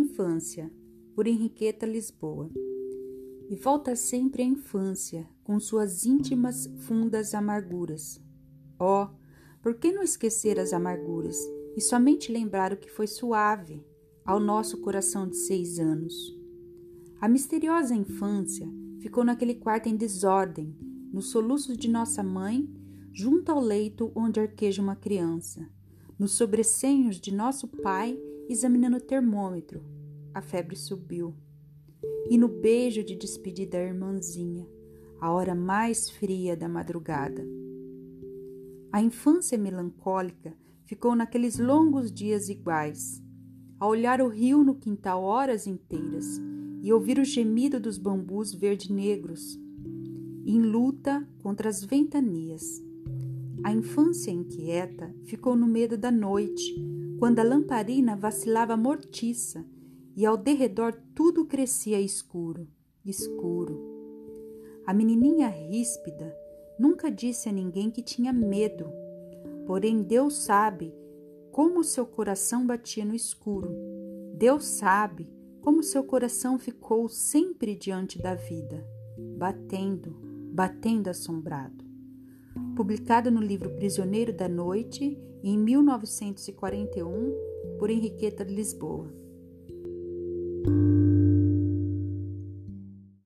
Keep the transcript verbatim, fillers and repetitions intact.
infância, por Henriqueta Lisboa. E volta sempre a infância, com suas íntimas, fundas amarguras. Oh, por que não esquecer as amarguras e somente lembrar o que foi suave ao nosso coração de seis anos? A misteriosa infância ficou naquele quarto em desordem, nos soluços de nossa mãe, junto ao leito onde arqueja uma criança, nos sobressenhos de nosso pai, examinando o termômetro. A febre subiu. E no beijo de despedida da irmãzinha, a hora mais fria da madrugada. A infância melancólica ficou naqueles longos dias iguais, a olhar o rio no quintal horas inteiras e ouvir o gemido dos bambus verde-negros, em luta contra as ventanias. A infância inquieta ficou no medo da noite, quando a lamparina vacilava mortiça e ao derredor tudo crescia escuro, escuro. A menininha ríspida nunca disse a ninguém que tinha medo, porém Deus sabe como seu coração batia no escuro. Deus sabe como seu coração ficou sempre diante da vida, batendo, batendo assombrado. Publicado no livro Prisioneiro da Noite, em mil novecentos e quarenta e um, por Henriqueta Lisboa.